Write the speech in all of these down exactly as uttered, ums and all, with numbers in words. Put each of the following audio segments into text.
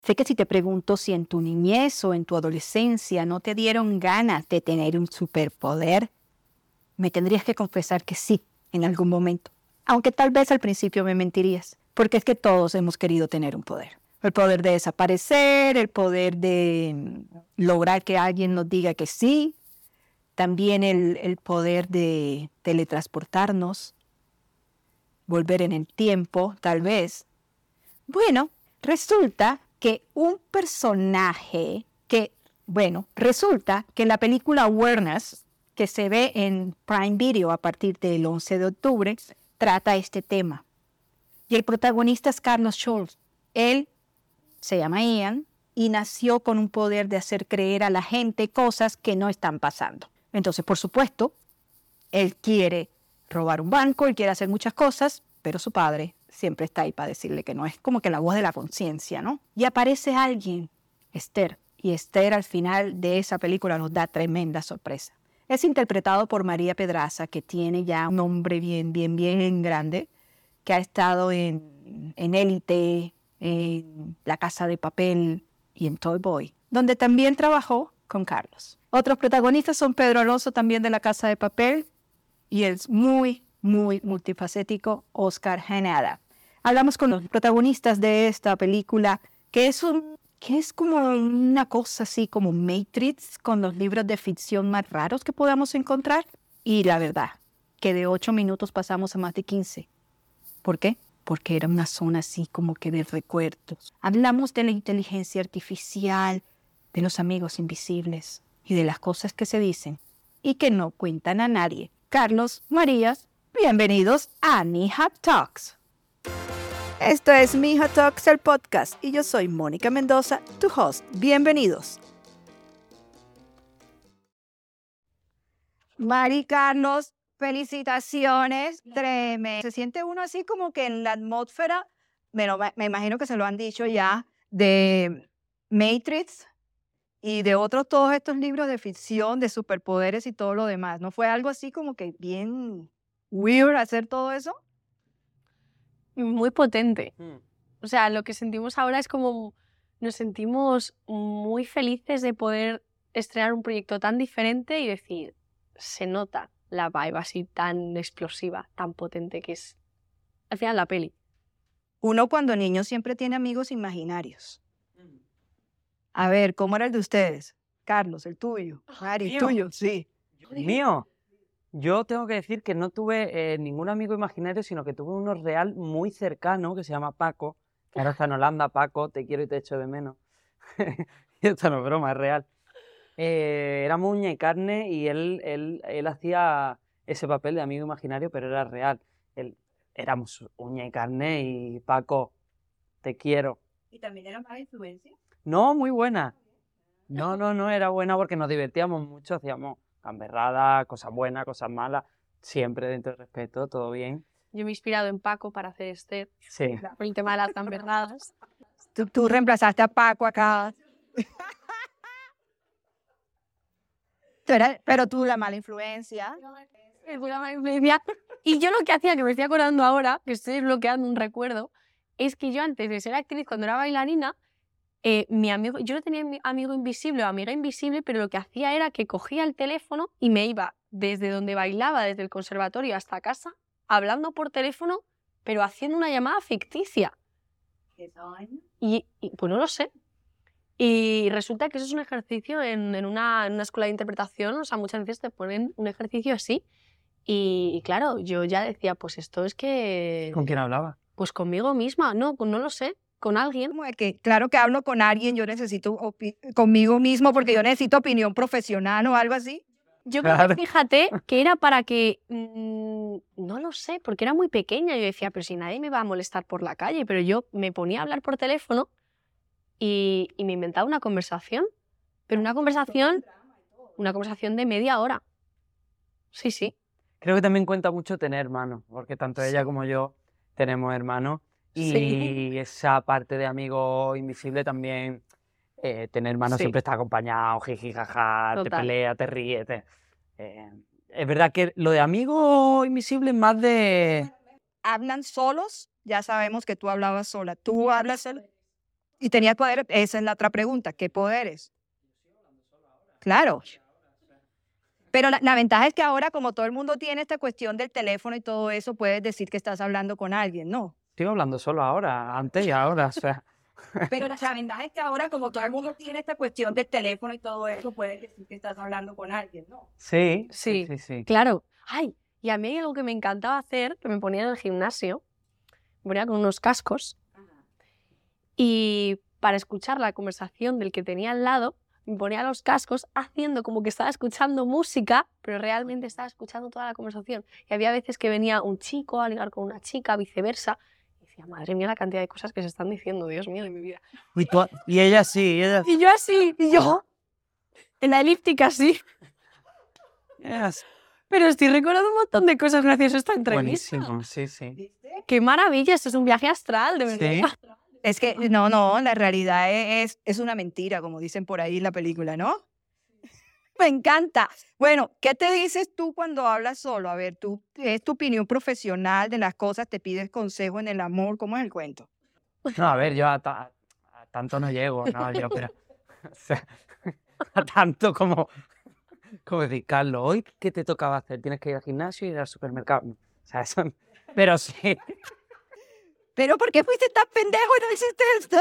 Sé que si te pregunto si en tu niñez o en tu adolescencia no te dieron ganas de tener un superpoder, me tendrías que confesar que sí, en algún momento. Aunque tal vez al principio me mentirías, porque es que todos hemos querido tener un poder. El poder de desaparecer, el poder de mm, lograr que alguien nos diga que sí, también el, el poder de teletransportarnos, volver en el tiempo, tal vez. Bueno, resulta que un personaje que, bueno, resulta que la película Awareness, que se ve en Prime Video a partir del once de octubre, trata este tema. Y el protagonista es Carlos Schultz. Él se llama Ian y nació con un poder de hacer creer a la gente cosas que no están pasando. Entonces, por supuesto, él quiere robar un banco, él quiere hacer muchas cosas, pero su padre siempre está ahí para decirle que no. Es como que la voz de la conciencia, ¿no? Y aparece alguien, Esther, y Esther al final de esa película nos da tremenda sorpresa. Es interpretado por María Pedraza, que tiene ya un nombre bien, bien, bien grande, que ha estado en, en Élite, en La Casa de Papel y en Toy Boy, donde también trabajó con Carlos. Otros protagonistas son Pedro Alonso, también de La Casa de Papel, y el muy, muy multifacético Oscar Hanada. Hablamos con los protagonistas de esta película, que es, un, que es como una cosa así como Matrix, con los libros de ficción más raros que podamos encontrar. Y la verdad, que de ocho minutos pasamos a más de quince. ¿Por qué? Porque era una zona así como que de recuerdos. Hablamos de la inteligencia artificial, de los amigos invisibles y de las cosas que se dicen y que no cuentan a nadie. Carlos, Marías, bienvenidos a Mija Talks. Esto es Mija Talks, el podcast, y yo soy Mónica Mendoza, tu host. Bienvenidos. Mari, Carlos, felicitaciones, tremendo. Se siente uno así como que en la atmósfera, bueno, me imagino que se lo han dicho ya, de Matrix y de otros todos estos libros de ficción, de superpoderes y todo lo demás. ¿No fue algo así como que bien weird hacer todo eso? Muy potente. Mm. O sea, lo que sentimos ahora es como nos sentimos muy felices de poder estrenar un proyecto tan diferente y decir, se nota la vibe así tan explosiva, tan potente que es al final la peli. Uno cuando niño siempre tiene amigos imaginarios. A ver, ¿cómo era el de ustedes? Carlos, el tuyo. Mari, el ¿Mío? tuyo, sí. Mío, yo tengo que decir que no tuve eh, ningún amigo imaginario, sino que tuve uno real muy cercano que se llama Paco, que ahora está en Holanda. Paco, te quiero y te echo de menos. Y esto no es broma, es real. Eh, éramos uña y carne y él, él, él hacía ese papel de amigo imaginario, pero era real. Él, éramos uña y carne y Paco, te quiero. ¿Y también era mala influencia? No, muy buena. No, no, no era buena porque nos divertíamos mucho, hacíamos gamberradas, cosas buenas, cosas malas, siempre dentro del respeto, todo bien. Yo me he inspirado en Paco para hacer Esther, Sí. por el tema de las gamberradas. Tú, tú reemplazaste a Paco acá. Tú eras- pero tú la mala influencia. Es una mala influencia. Y yo lo que hacía, que me estoy acordando ahora, que estoy desbloqueando un recuerdo, es que yo antes de ser actriz, cuando era bailarina, eh, mi amigo, yo no tenía mi amigo invisible o amiga invisible, pero lo que hacía era que cogía el teléfono y me iba desde donde bailaba, desde el conservatorio hasta casa, hablando por teléfono, pero haciendo una llamada ficticia. Y, y pues no lo sé. Y resulta que eso es un ejercicio en, en, una, en una escuela de interpretación, o sea, muchas veces te ponen un ejercicio así. Y, y claro, yo ya decía, pues esto es que... ¿Con quién hablaba? Pues conmigo misma, no, no lo sé, con alguien. Como de que, claro que hablo con alguien, yo necesito opi- conmigo mismo porque yo necesito opinión profesional o algo así. Yo creo Claro. que, fíjate, que era para que... Mmm, no lo sé, porque era muy pequeña. Yo decía, pero si nadie me va a molestar por la calle. Pero yo me ponía a hablar por teléfono y, y me inventaba una conversación. Pero una conversación... Una conversación de media hora. Sí, sí. Creo que también cuenta mucho tener hermanos, porque tanto ella como yo tenemos hermanos. Y Sí. esa parte de amigo invisible también, eh, tener hermanos Sí. siempre está acompañado, jiji, jaja, te Total. pelea, te ríes. te- eh, es verdad que lo de amigo invisible es más de... Hablan solos, ya sabemos que tú hablabas sola. Tú hablas sola. Y tenías poder, esa es la otra pregunta, ¿qué poderes? Claro. Pero la, la ventaja es que ahora, como todo el mundo tiene esta cuestión del teléfono y todo eso, puedes decir que estás hablando con alguien, ¿no? Sigo hablando solo ahora, antes y ahora, o sea. Pero la, la ventaja es que ahora, como todo el mundo tiene esta cuestión del teléfono y todo eso, puedes decir que estás hablando con alguien, ¿no? Sí, Sí. sí, sí, sí. Claro. Ay, y a mí hay algo que me encantaba hacer, que me ponía en el gimnasio, me ponía con unos cascos y para escuchar la conversación del que tenía al lado, me ponía los cascos haciendo como que estaba escuchando música, pero realmente estaba escuchando toda la conversación. Y había veces que venía un chico a ligar con una chica, viceversa, y decía, madre mía, la cantidad de cosas que se están diciendo, Dios mío, de mi vida. Y, tú- y ella sí, y ella Y yo así, y yo, en la elíptica así. Yes. Pero estoy recordando un montón de cosas gracias a esta entrevista. Buenísimo, sí, sí. ¡Qué maravilla! Esto es un viaje astral, de verdad. Sí. Es que, no, no, la realidad es, es una mentira, como dicen por ahí en la película, ¿no? Me encanta. Bueno, ¿qué te dices tú cuando hablas solo? A ver, tú, es tu opinión profesional de las cosas, te pides consejo en el amor, ¿cómo es el cuento? No, a ver, yo a, ta- a tanto no llego, no, yo, pero. O sea, a tanto como. Como decir, Carlos, ¿hoy qué te tocaba hacer? Tienes que ir al gimnasio y ir al supermercado. O sea, eso. Pero sí. ¿Pero por qué fuiste tan pendejo y no hiciste esto?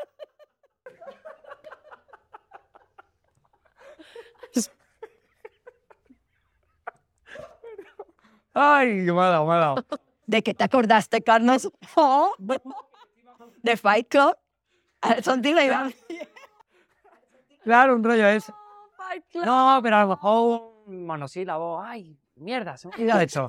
Ay, me ha dado, me ha dado. ¿De qué te acordaste, Carlos? Oh, ¿de Fight Club? Something like that. Claro, un rollo ese. Ay, claro. No, pero a lo mejor un monosílabo. Ay, mierda, se me ha olvidado eso.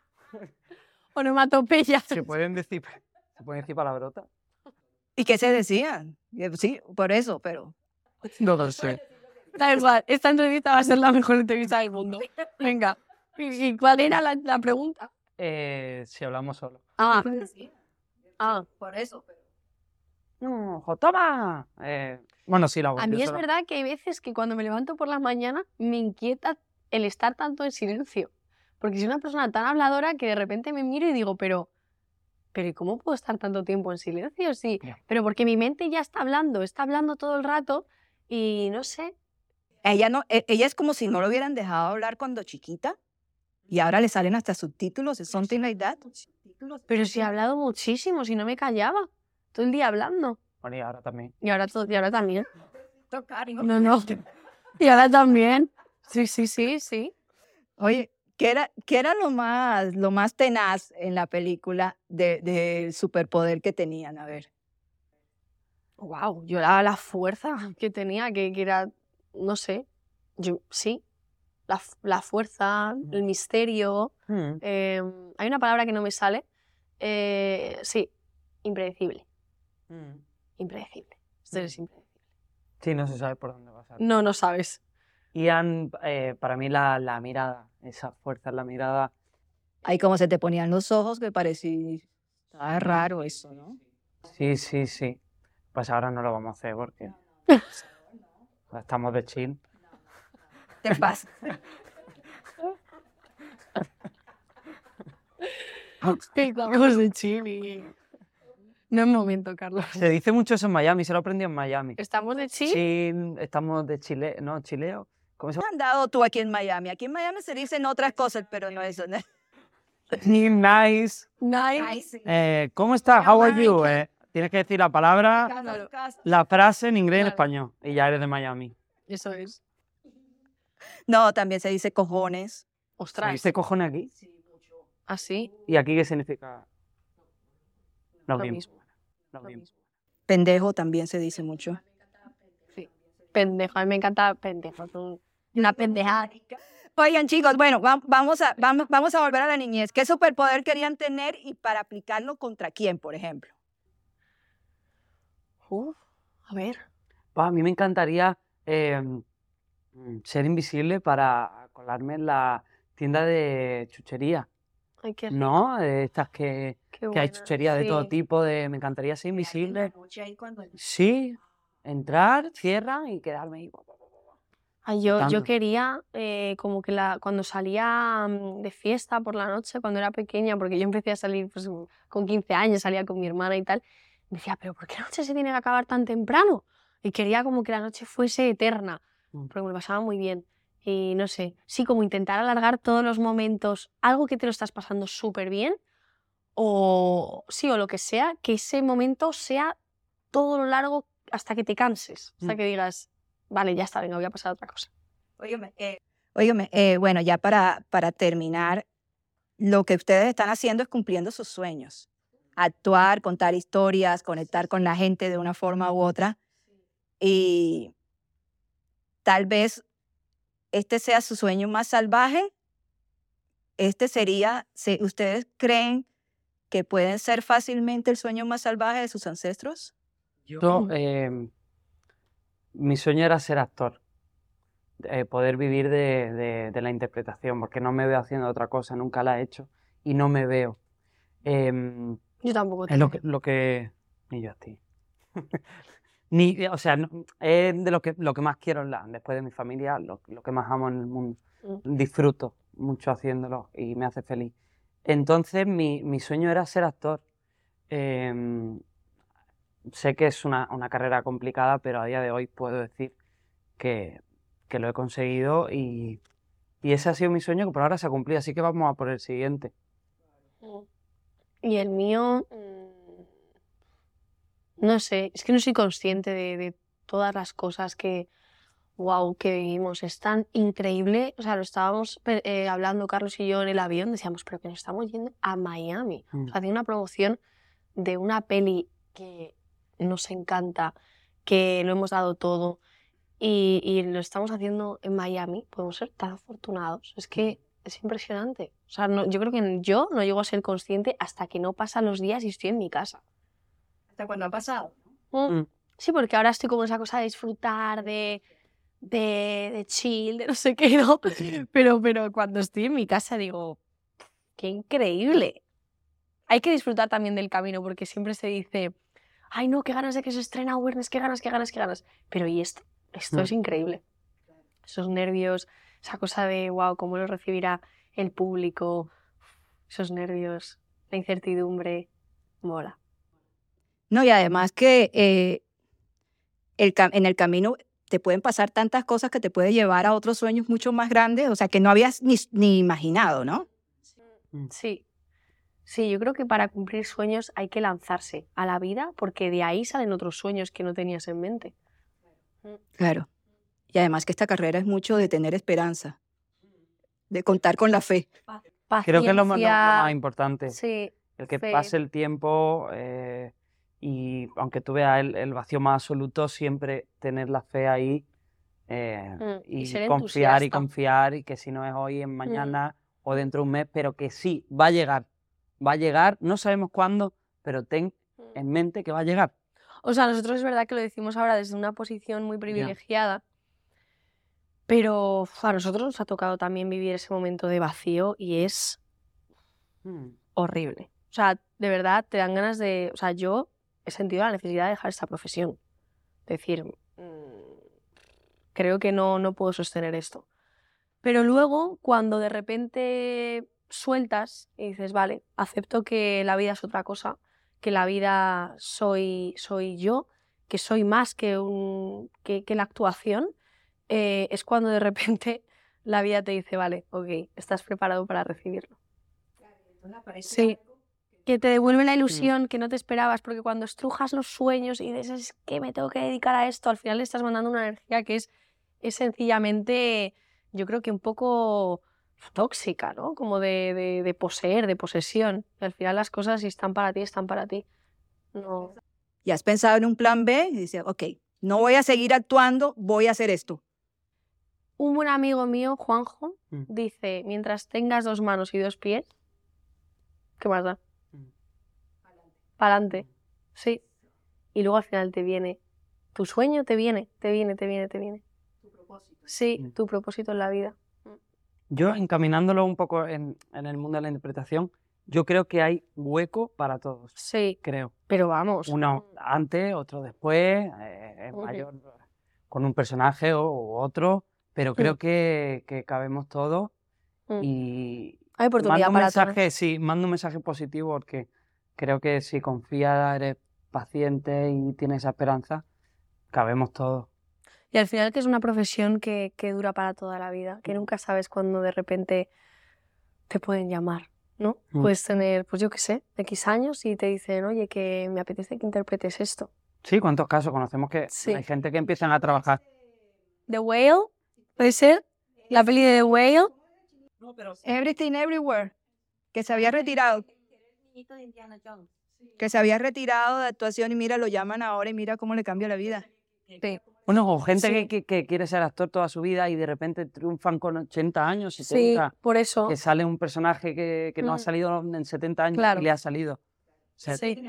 Onomatopeya. ¿Se pueden decir, ¿se pueden decir palabrotas? ¿Y qué se decían? Eh, Sí, por eso, pero... No lo sé. Da igual, esta entrevista va a ser la mejor entrevista del mundo. Venga. ¿Y y cuál era la, la pregunta? Eh, si hablamos solo. Ah, ah. Por eso, pero... No, jo, toma. Eh, monosílabo. A mí yo es solo- verdad que hay veces que cuando me levanto por la mañana me inquieta el estar tanto en silencio. Porque soy una persona tan habladora que de repente me miro y digo, pero, pero ¿y cómo puedo estar tanto tiempo en silencio? Sí, Ya. pero porque mi mente ya está hablando, está hablando todo el rato y no sé. Ella, no, e- ella es como si no lo hubieran dejado hablar cuando chiquita y ahora le salen hasta subtítulos, es something like that. Pero si he hablado muchísimo, si no me callaba. Todo el día hablando. Bueno, y ahora también. Y ahora, todo, y ahora también. No, no. Y ahora también. Sí, sí, sí, sí. Oye, ¿qué era, qué era lo, más, lo más tenaz en la película de- del superpoder que tenían? A ver. Wow, yo la, la fuerza que tenía, que, que era, no sé, yo sí, la, f- la fuerza, el misterio. Mm. eh, hay una palabra que no me sale. eh, sí, impredecible, Mm. impredecible. Esto es impredecible. Sí, no se sabe por dónde va a salir. No, no sabes. Y han, eh, para mí la, la mirada, esa fuerza en la mirada. Ahí como se te ponían los ojos, que parecía... Estaba raro eso, ¿no? Sí, sí, sí. Pues ahora no lo vamos a hacer porque estamos de chill. Te pasa. Estamos de Chile. No es momento, Carlos. Se dice mucho eso en Miami, se lo aprendí en Miami. ¿Estamos de Chile? Chill, estamos de Chile, no, chileo. ¿Cómo se ¿Qué has andado tú aquí en Miami? Aquí en Miami se dicen otras cosas, pero no eso. ¿no? llama? Nice. Nice. Eh, ¿Cómo estás? How are you? Eh, tienes que decir la palabra, la frase en inglés y en Claro. español. Y ya eres de Miami. Eso es. No, también se dice cojones. Ostras. ¿Viste cojones aquí? ¿Así? ¿Y aquí qué significa? Lo, Lo mismo. mismo. Lo Lo mismo. mismo. Pendejo también se dice mucho. Sí. Pendejo. A mí me encanta pendejo. tú- Una pendejada. Oigan, chicos, bueno, va- vamos a, vamos, vamos a volver a la niñez. ¿Qué superpoder querían tener y para aplicarlo contra quién, por ejemplo? Uf, a ver. Pues a mí me encantaría eh, mm, ser invisible para colarme en la tienda de chuchería. Ay, qué, ¿No? De estas que, qué que hay buena. chuchería de todo Sí. tipo. De, me encantaría ser invisible. Sí, entrar, cierran y quedarme ahí. Ay, yo, yo Tanto. quería, eh, como que la, cuando salía mm, de fiesta por la noche, cuando era pequeña, porque yo empecé a salir pues, con quince años, salía con mi hermana y tal, Me decía, pero ¿por qué la noche se tiene que acabar tan temprano? Y quería como que la noche fuese eterna, Mm. porque me lo pasaba muy bien. Y no sé, sí, como intentar alargar todos los momentos, algo que te lo estás pasando súper bien, o sí, o lo que sea, que ese momento sea todo lo largo hasta que te canses, hasta Mm. que digas, vale, ya está, venga, voy a pasar a otra cosa. Óigame, eh, óigame, eh, bueno, ya para, para terminar, lo que ustedes están haciendo es cumpliendo sus sueños. Actuar, contar historias, conectar con la gente de una forma u otra. Y tal vez este sea su sueño más salvaje. Este sería, se- ¿ustedes creen que pueden ser fácilmente el sueño más salvaje de sus ancestros? Yo, eh, mi sueño era ser actor, eh, poder vivir de, de- de la interpretación, porque no me veo haciendo otra cosa, nunca la he hecho y no me veo. Em, Yo tampoco te es lo creo. que, lo que... Ni yo a ti. Ni, o sea, no- es de lo que, lo que más quiero en la- después de mi familia, lo, lo que más amo en el mundo. Mm. Disfruto mucho haciéndolo y me hace feliz. Entonces, mi, mi sueño era ser actor. Em, sé que es una, una carrera complicada, pero a día de hoy puedo decir que, que lo he conseguido y, y ese ha sido mi sueño que por ahora se ha cumplido, así que vamos a por el siguiente. Mm. Y el mío, mm, no sé, es que no soy consciente de, de todas las cosas que, wow, que vivimos. Es tan increíble. O sea, lo estábamos pe- eh, hablando Carlos y yo en el avión, decíamos, pero que nos estamos yendo a Miami. O Mm. sea, hacía una promoción de una peli que nos encanta, que lo hemos dado todo y, y lo estamos haciendo en Miami. Podemos ser tan afortunados. Es que es impresionante. O sea, no- yo creo que yo no llego a ser consciente hasta que no pasan los días y estoy en mi casa. ¿Hasta cuándo ha pasado? Mm. Mm. Sí, porque ahora estoy como esa cosa de disfrutar, de, de, de chill, de no sé qué, ¿no? Pero, pero cuando estoy en mi casa digo, qué increíble. Hay que disfrutar también del camino, porque siempre se dice, ay no, qué ganas de que se estrena Awareness, qué ganas, qué ganas, qué ganas. Pero ¿y esto? Esto Mm. es increíble. Esos nervios, esa cosa de, wow, cómo lo recibirá el público, esos nervios, la incertidumbre, mola. No, y además que eh, el, ca- en el camino te pueden pasar tantas cosas que te puede llevar a otros sueños mucho más grandes, o sea, que no habías ni, ni imaginado, ¿no? Mm. Sí, sí, yo creo que para cumplir sueños hay que lanzarse a la vida porque de ahí salen otros sueños que no tenías en mente. Claro. Y además que esta carrera es mucho de tener esperanza, de contar con la fe. Creo que es lo, más- lo- lo más Paciencia, importante. sí, El que fe. pase el tiempo eh, y aunque tú veas el, el vacío más absoluto, siempre tener la fe ahí eh, Mm, y y ser confiar y entusiasta. confiar y que si no es hoy, es Mm. mañana o dentro de un mes, pero que sí, va a llegar. Va a llegar, no sabemos cuándo, pero ten en mente que va a llegar. O sea, nosotros es verdad que lo decimos ahora desde una posición muy privilegiada, pero uf, a nosotros nos ha tocado también vivir ese momento de vacío y es Mm. horrible. O sea, de verdad te dan ganas de... O sea, yo he sentido la necesidad de dejar esta profesión. Decir, mm, creo que no, no puedo sostener esto. Pero luego, cuando de repente sueltas y dices, vale, acepto que la vida es otra cosa, que la vida soy, soy yo, que soy más que, un, que, que la actuación, eh, es cuando de repente la vida te dice, vale, ok, estás preparado para recibirlo. Sí, que te devuelve la ilusión que no te esperabas, porque cuando estrujas los sueños y dices, es que me tengo que dedicar a esto, al final le estás mandando una energía que es, es sencillamente, yo creo que un poco tóxica, ¿no? Como de, de, de poseer, de posesión. Y al final las cosas, si están para ti, están para ti. No. Y has pensado en un plan B y dices, ok, no voy a seguir actuando, voy a hacer esto. Un buen amigo mío, Juanjo, Mm. dice, mientras tengas dos manos y dos pies, ¿qué más da? Mm. Para adelante. Sí. Y luego al final te viene, tu sueño te viene, te viene, te viene, te viene. Sí, Mm. tu propósito en la vida. Yo, encaminándolo un poco en, en el mundo de la interpretación, yo creo que hay hueco para todos, Sí, creo. pero vamos. Uno antes, otro después, eh, es Ujú. mayor con un personaje o, u otro, pero creo que, que cabemos todos Mm. y Hay oportunidad mando un para mensaje, todos. sí, mando un mensaje positivo porque creo que si confías eres pacientes y tienes esa esperanza, cabemos todos. Y al final que es una profesión que, que dura para toda la vida, que nunca sabes cuándo de repente te pueden llamar, ¿no? Mm. Puedes tener, pues yo qué sé, X años y te dicen, oye, que me apetece que interpretes esto. Sí, ¿cuántos casos conocemos que Sí. hay gente que empiezan a trabajar? The Whale, ¿puede ser? La peli de The Whale. Everything Everywhere, que se había retirado. Que se había retirado de actuación y mira, lo llaman ahora y mira cómo le cambia la vida. Sí. Bueno, o gente Sí. que, que, que quiere ser actor toda su vida y de repente triunfan con ochenta años, Sí, setenta, por eso. que sale un personaje que, que no ha Mm. salido en setenta años Claro. y le ha salido. O sea, Sí,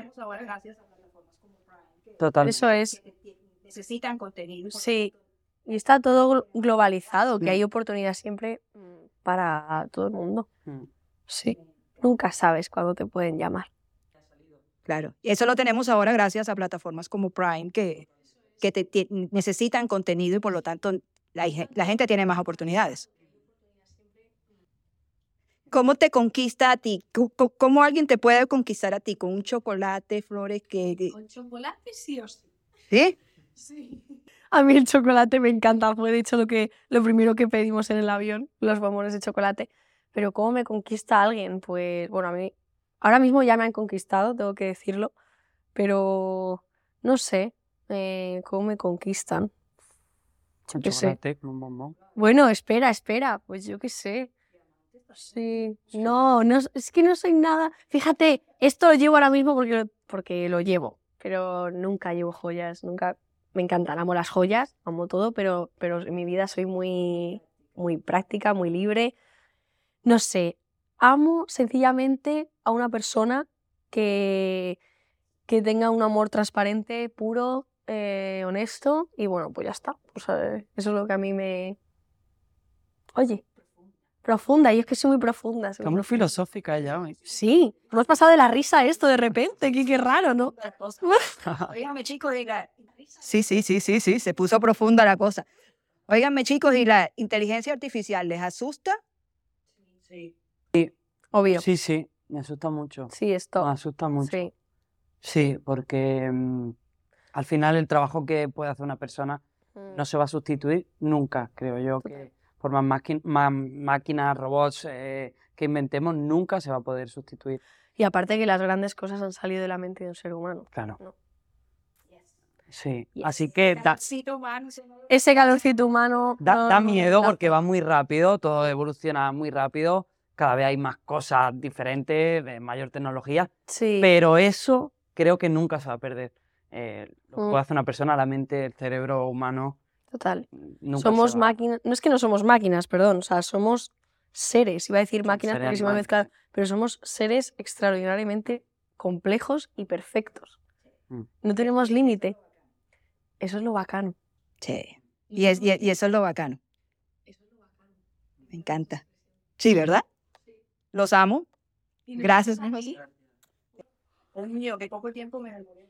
total. eso es. Necesitan contenido. Sí. Y está todo glo- globalizado, que Mm. hay oportunidad siempre mm, para todo el mundo. Mm. Sí. Nunca sabes cuándo te pueden llamar. Claro. Y eso lo tenemos ahora gracias a plataformas como Prime, que, que te- te- necesitan contenido y por lo tanto la, ge- la gente tiene más oportunidades. ¿Cómo te conquista a ti? ¿Cómo, cómo- cómo alguien te puede conquistar a ti? ¿Con un chocolate, flores? Que, que- Con chocolate sí o sí. ¿Sí? Sí. A mí el chocolate me encanta, fue de hecho lo, que, lo primero que pedimos en el avión, los bombones de chocolate. Pero ¿cómo me conquista alguien? Pues bueno, a mí ahora mismo ya me han conquistado, tengo que decirlo, pero no sé eh, cómo me conquistan. Con qué sé. chocolate, con un bombón. Bueno, espera, espera, pues yo qué sé. Sí, no, no, es que no soy nada. Fíjate, esto lo llevo ahora mismo porque lo, porque lo llevo, pero nunca llevo joyas, nunca. Me encantan, amo las joyas, amo todo, pero, pero en mi vida soy muy, muy práctica, muy libre. No sé, amo sencillamente a una persona que, que tenga un amor transparente, puro, eh, honesto, y bueno, pues ya está. Pues, eh, eso es lo que a mí me... Oye, profunda, y es que soy muy profunda. soy Está muy muy profunda. filosófica ella hoy. Sí, hemos pasado de la risa a esto de repente, qué, qué raro, ¿no? Óigame, chicos, diga. Sí, sí, sí, sí, sí, se puso profunda la cosa. Óiganme, chicos, ¿y la inteligencia artificial les asusta? Sí. Obvio. Sí, Sí, sí, me asusta mucho. esto. Me asusta mucho. Sí. Sí, porque mm, al final el trabajo que puede hacer una persona no se va a sustituir nunca, creo yo, que por más, máquin- más máquinas, robots eh, que inventemos, nunca se va a poder sustituir. Y aparte que las grandes cosas han salido de la mente de un ser humano. Claro. No. Sí, Yes. así que da, Calorcito humano, se mueve. Ese calorcito humano... da, no, da no, miedo da- porque va muy rápido, todo evoluciona muy rápido, cada vez hay más cosas diferentes, de mayor tecnología, Sí. pero eso creo que nunca se va a perder. Eh, lo que Mm. puede hacer una persona, la mente, el cerebro humano, Total. nunca Somos se va. máquinas... No es que no somos máquinas, perdón. O sea, somos seres. Iba a decir máquinas seres porque se me va a animales. mezclar. Pero somos seres extraordinariamente complejos y perfectos. Mm. No tenemos límite. Eso es lo bacano. Sí. Y, es, y, y eso es lo bacano. Me encanta. Sí, ¿verdad? Los amo. Gracias. Dios mío, que poco tiempo me demoré.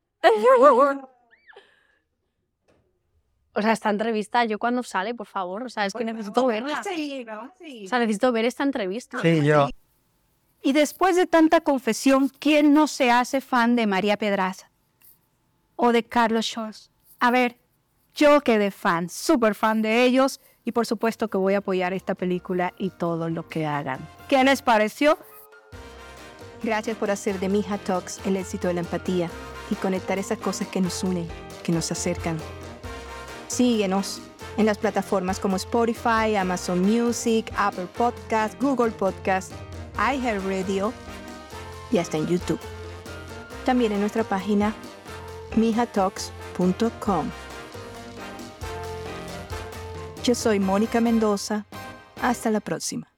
O sea, esta entrevista, yo cuando sale, por favor, o sea, es que necesito verla. Vamos a seguir, vamos a seguir. O sea, necesito ver esta entrevista. Sí, yo. Y después de tanta confesión, ¿quién no se hace fan de María Pedraza? O de Carlos Scholz. A ver, yo quedé fan, súper fan de ellos, y por supuesto que voy a apoyar esta película y todo lo que hagan. ¿Qué les pareció? Gracias por hacer de Mija Talks el éxito de la empatía y conectar esas cosas que nos unen, que nos acercan. Síguenos en las plataformas como Spotify, Amazon Music, Apple Podcast, Google Podcast, iHeartRadio y hasta en YouTube. También en nuestra página mija talks punto com. Yo soy Mónica Mendoza. Hasta la próxima.